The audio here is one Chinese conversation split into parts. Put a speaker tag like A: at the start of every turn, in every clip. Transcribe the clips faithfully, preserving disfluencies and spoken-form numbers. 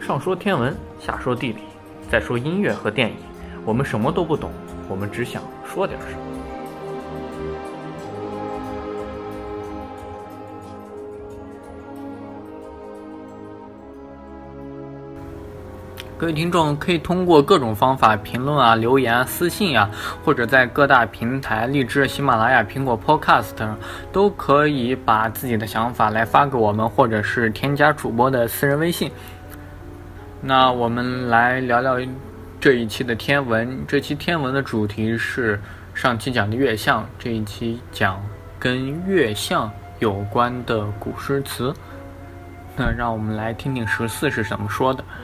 A: 上说天文，下说地理，再说音乐和电影，我们什么都不懂，我们只想说点什么。各位听众可以通过各种方法评论啊、留言啊、私信啊，或者在各大平台荔枝、喜马拉雅、苹果 Podcast 上都可以把自己的想法来发给我们，或者是添加主播的私人微信。那我们来聊聊这一期的天文。这期天文的主题是上期讲的月相，这一期讲跟月相有关的古诗词。那让我们来听听十四是怎么说的。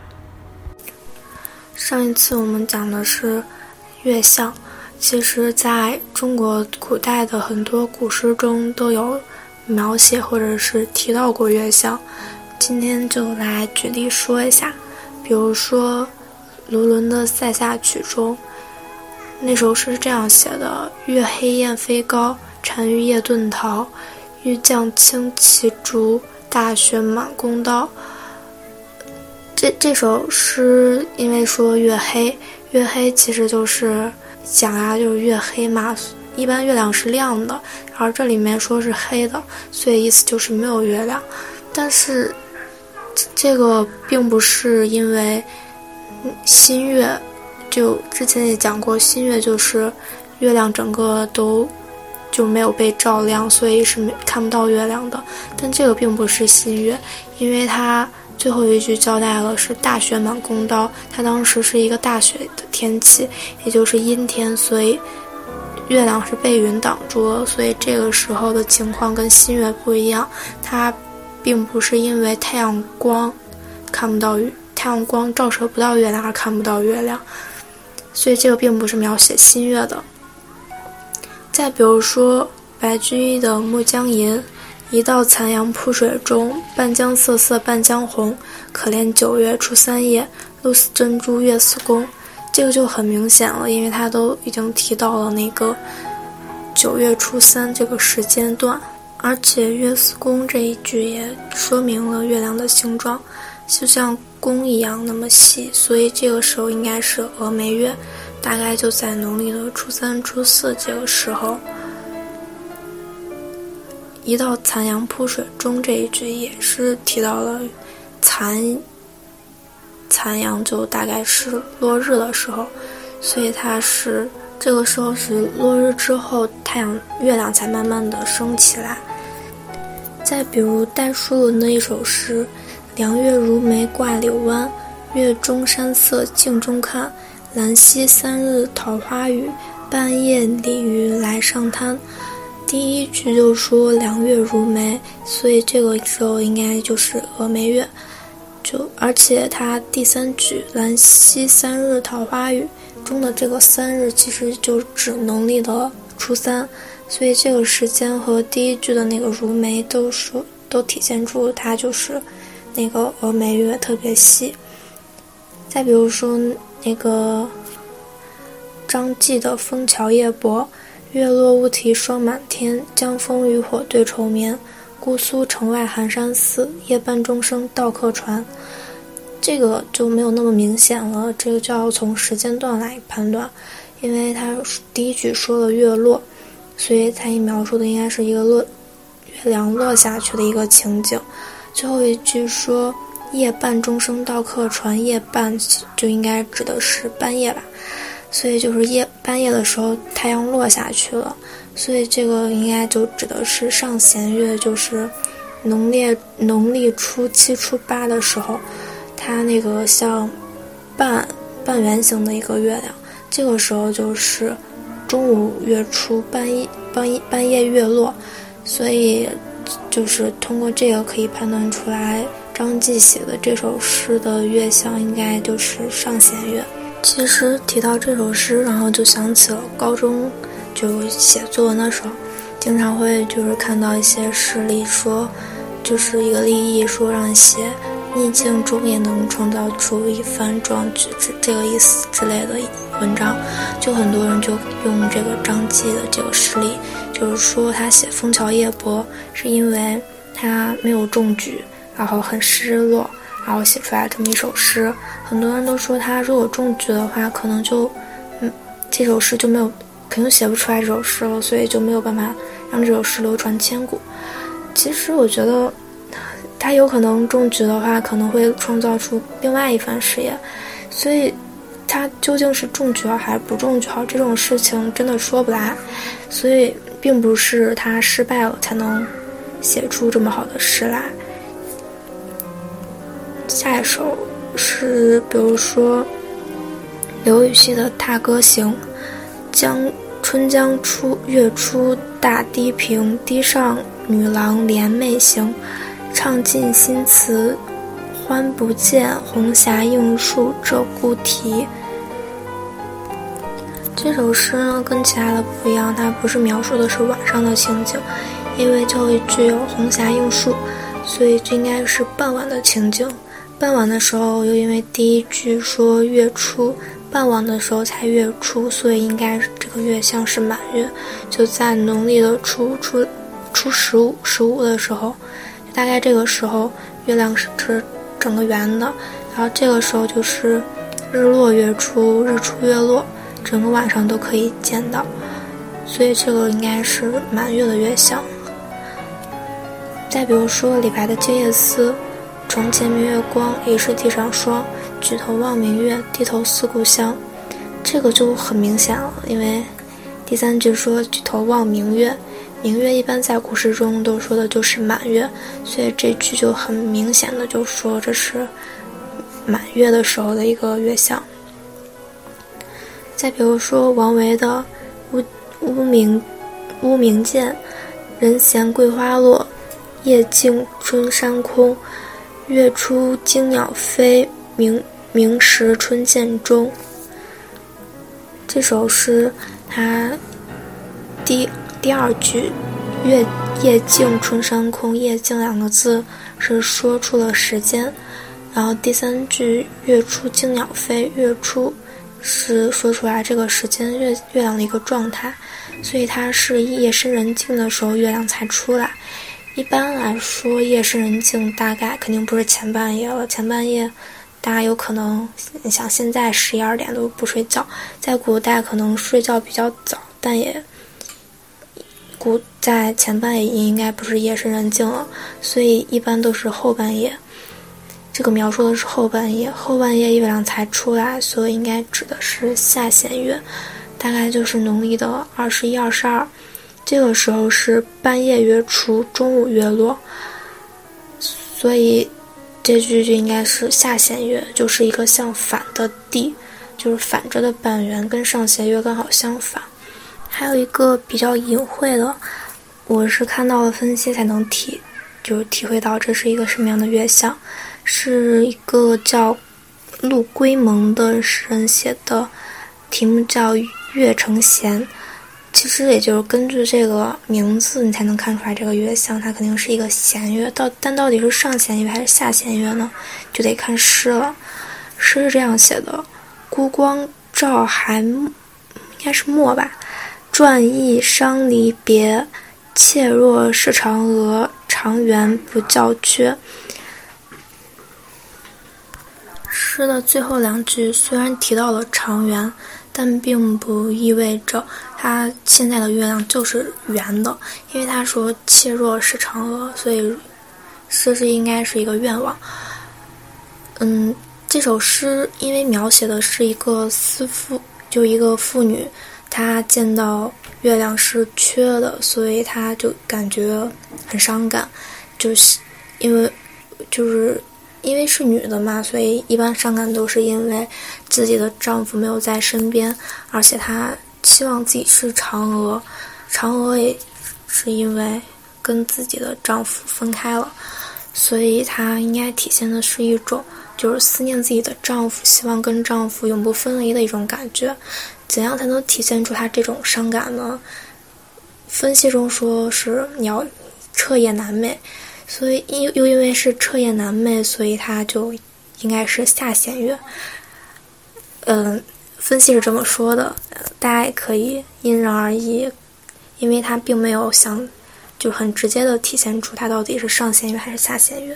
B: 上一次我们讲的是月相，其实在中国古代的很多古诗中都有描写或者是提到过月相，今天就来举例说一下。比如说卢纶的《塞下曲》中，那首诗是这样写的：月黑雁飞高，单于夜遁逃，欲将轻骑逐，大雪满宫刀。这这首诗因为说月黑，月黑其实就是讲啊，就是月黑嘛，一般月亮是亮的，而这里面说是黑的，所以意思就是没有月亮。但是这个并不是因为新月，就之前也讲过，新月就是月亮整个都就没有被照亮，所以是看不到月亮的。但这个并不是新月，因为它最后一句交代了是大雪满宫刀，它当时是一个大雪的天气，也就是阴天，所以月亮是被云挡住了，所以这个时候的情况跟新月不一样，它并不是因为太阳光看不到太阳光照射不到月亮而看不到月亮，所以这个并不是描写新月的。再比如说白居易的《暮江吟》，一道残阳铺水中，半江瑟瑟半江红，可怜九月初三夜，露似珍珠月似弓。这个就很明显了，因为它都已经提到了那个九月初三这个时间段，而且月似弓这一句也说明了月亮的形状就像弓一样那么细，所以这个时候应该是峨眉月，大概就在农历的初三初四这个时候。一道残阳铺水中这一句也是提到了残残阳，就大概是落日的时候，所以它是这个时候是落日之后，太阳月亮才慢慢的升起来。再比如戴叔伦的一首诗：凉月如眉挂柳湾，月中山色镜中看，兰溪三日桃花雨，半夜鲤鱼来上滩。第一句就说凉月如眉，所以这个时候应该就是峨眉月。就而且它第三句兰溪三日桃花雨中的这个三日其实就指农历的初三，所以这个时间和第一句的那个如眉都说都体现出它就是那个峨眉月特别细。再比如说那个张继的《枫桥夜泊》，月落乌啼霜满天，江枫渔火对愁眠。姑苏城外寒山寺，夜半钟声到客船。这个就没有那么明显了，这个就要从时间段来判断，因为它第一句说了月落，所以它描述的应该是一个落月亮落下去的一个情景。最后一句说夜半钟声到客船，夜半就应该指的是半夜吧，所以就是夜半夜的时候太阳落下去了，所以这个应该就指的是上弦月，就是农历农历初七初八的时候，它那个像半半圆形的一个月亮，这个时候就是中午月初半夜半夜半夜月落，所以就是通过这个可以判断出来张继写的这首诗的月相应该就是上弦月。其实提到这首诗，然后就想起了高中就写作文的时候，经常会就是看到一些诗里说，就是一个立意说让你写逆境中也能创造出一番壮举，这个意思之类的文章，就很多人就用这个张继的这个诗例，就是说他写《枫桥夜泊》是因为他没有中举，然后很失落， 然后写出来这么一首诗。很多人都说他如果中举的话，可能就嗯这首诗就没有，肯定写不出来这首诗了，所以就没有办法让这首诗流传千古。其实我觉得他有可能中举的话，可能会创造出另外一番事业，所以他究竟是中举好还是不中举好，这种事情真的说不来。所以并不是他失败了才能写出这么好的诗来。下一首是比如说刘禹锡的《踏歌行》，江春江初月出大堤平，堤上女郎怜妹行。唱尽新词欢不见，红霞映树鹧鸪啼。这首诗呢跟其他的不一样，它不是描述的是晚上的情景，因为最后一句有红霞映树，所以这应该是傍晚的情景。傍晚的时候又因为第一句说月出，傍晚的时候才月出，所以应该这个月相是满月，就在农历的初初初十五十五的时候，大概这个时候月亮是整个圆的，然后这个时候就是日落月出，日出月落，整个晚上都可以见到，所以这个应该是满月的月相。再比如说李白的《静夜思》，床前明月光，疑是地上霜。举头望明月，低头思故乡。这个就很明显了，因为第三句说举头望明月，明月一般在古诗中都说的就是满月，所以这句就很明显的就说这是满月的时候的一个月相。再比如说王维的乌乌鸣乌鸣涧，人闲桂花落，夜静春山空。月出惊鸟飞，明明时春涧中。这首诗它第第二句月夜静春山空，夜静两个字是说出了时间，然后第三句月出惊鸟飞，月出是说出来这个时间月月亮的一个状态，所以它是夜深人静的时候月亮才出来。一般来说夜深人静大概肯定不是前半夜了，前半夜大家有可能你想现在十一二点都不睡觉，在古代可能睡觉比较早，但也古在前半夜应该不是夜深人静了，所以一般都是后半夜。这个描述的是后半夜，后半夜月亮才出来，所以应该指的是下弦月，大概就是农历的二十一、二十二。这个时候是半夜月出，中午月落，所以这句就应该是下弦月，就是一个相反的地，就是反着的半圆，跟上弦月刚好相反。还有一个比较隐晦的，我是看到了分析才能体，就是体会到这是一个什么样的月相，是一个叫陆龟蒙的诗人写的，题目叫《月成弦》。其实也就是根据这个名字你才能看出来这个月相它肯定是一个弦月，到但到底是上弦月还是下弦月呢，就得看诗了。诗是这样写的：孤光照还应该是墨吧，传忆伤离别，妾若是嫦娥，长圆不教缺。诗的最后两句虽然提到了长圆，但并不意味着它现在的月亮就是圆的，因为他说妾若是嫦娥，所以这是应该是一个愿望。嗯，这首诗因为描写的是一个思妇，就一个妇女，她见到月亮是缺的，所以她就感觉很伤感，就是因为就是因为是女的嘛，所以一般伤感都是因为自己的丈夫没有在身边，而且她期望自己是嫦娥，嫦娥也是因为跟自己的丈夫分开了，所以她应该体现的是一种就是思念自己的丈夫，希望跟丈夫永不分离的一种感觉。怎样才能体现出她这种伤感呢？分析中说是你要彻夜难寐，所以又因为是彻夜难寐，所以它就应该是下弦月。嗯，分析是这么说的，大家也可以因人而异，因为它并没有想就很直接的体现出它到底是上弦月还是下弦月。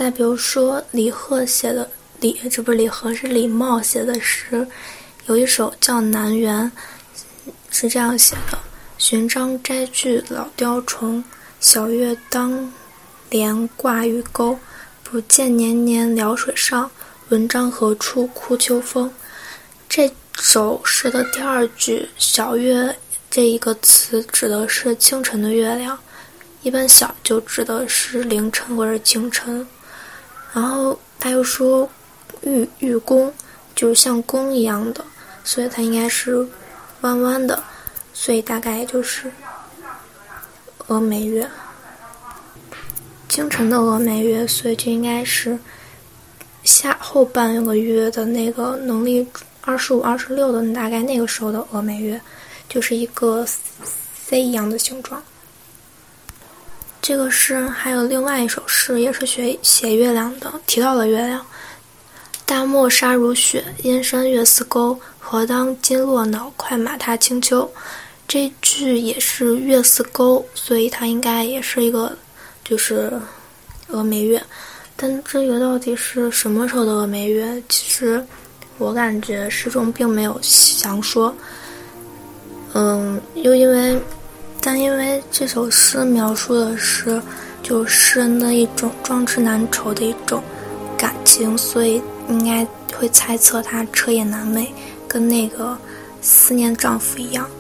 B: 再比如说李贺写的李，这不是李贺，是李茂写的诗，有一首叫《南园》，是这样写的：寻章摘句老雕虫，小月当帘挂玉钩。不见年年潦水上，文章何处哭秋风。这首诗的第二句小月这一个词指的是清晨的月亮，一般小就指的是凌晨或者清晨。然后他又说玉玉弓，就是像弓一样的，所以它应该是弯弯的，所以大概也就是峨眉月，清晨的峨眉月，所以就应该是下后半个月的那个农历二十五、二十六的大概那个时候的峨眉月，就是一个 C 一样的形状。这个诗还有另外一首诗，也是写写月亮的，提到了月亮。大漠沙如雪，燕山月似钩。何当金络脑，快马踏清秋。这句也是月似钩，所以它应该也是一个就是峨眉月。但这个到底是什么时候的峨眉月？其实我感觉诗中并没有详说。嗯，又因为。但因为这首诗描述的是就诗人的一种壮志难酬的一种感情，所以应该会猜测他彻夜难寐，跟那个思念丈夫一样，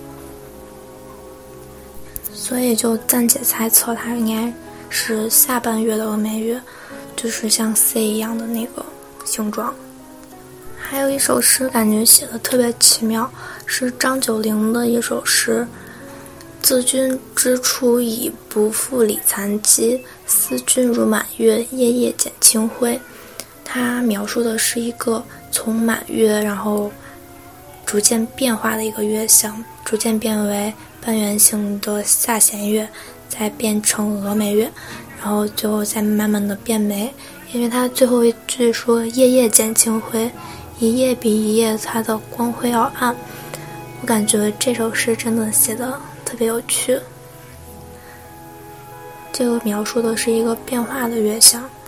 B: 所以就暂且猜测他应该是下半月的峨眉月，就是像 C 一样的那个形状。还有一首诗感觉写的特别奇妙，是张九龄的一首诗，自君之处已不复理残机，思君如满月，夜夜减清辉。它描述的是一个从满月然后逐渐变化的一个月相，逐渐变为半圆形的下弦月，再变成峨眉月，然后最后再慢慢的变眉。因为它最后一句说夜夜减清辉，一夜比一夜它的光辉要暗。我感觉这首诗真的写的特别有趣，这个描述的是一个变化的月相。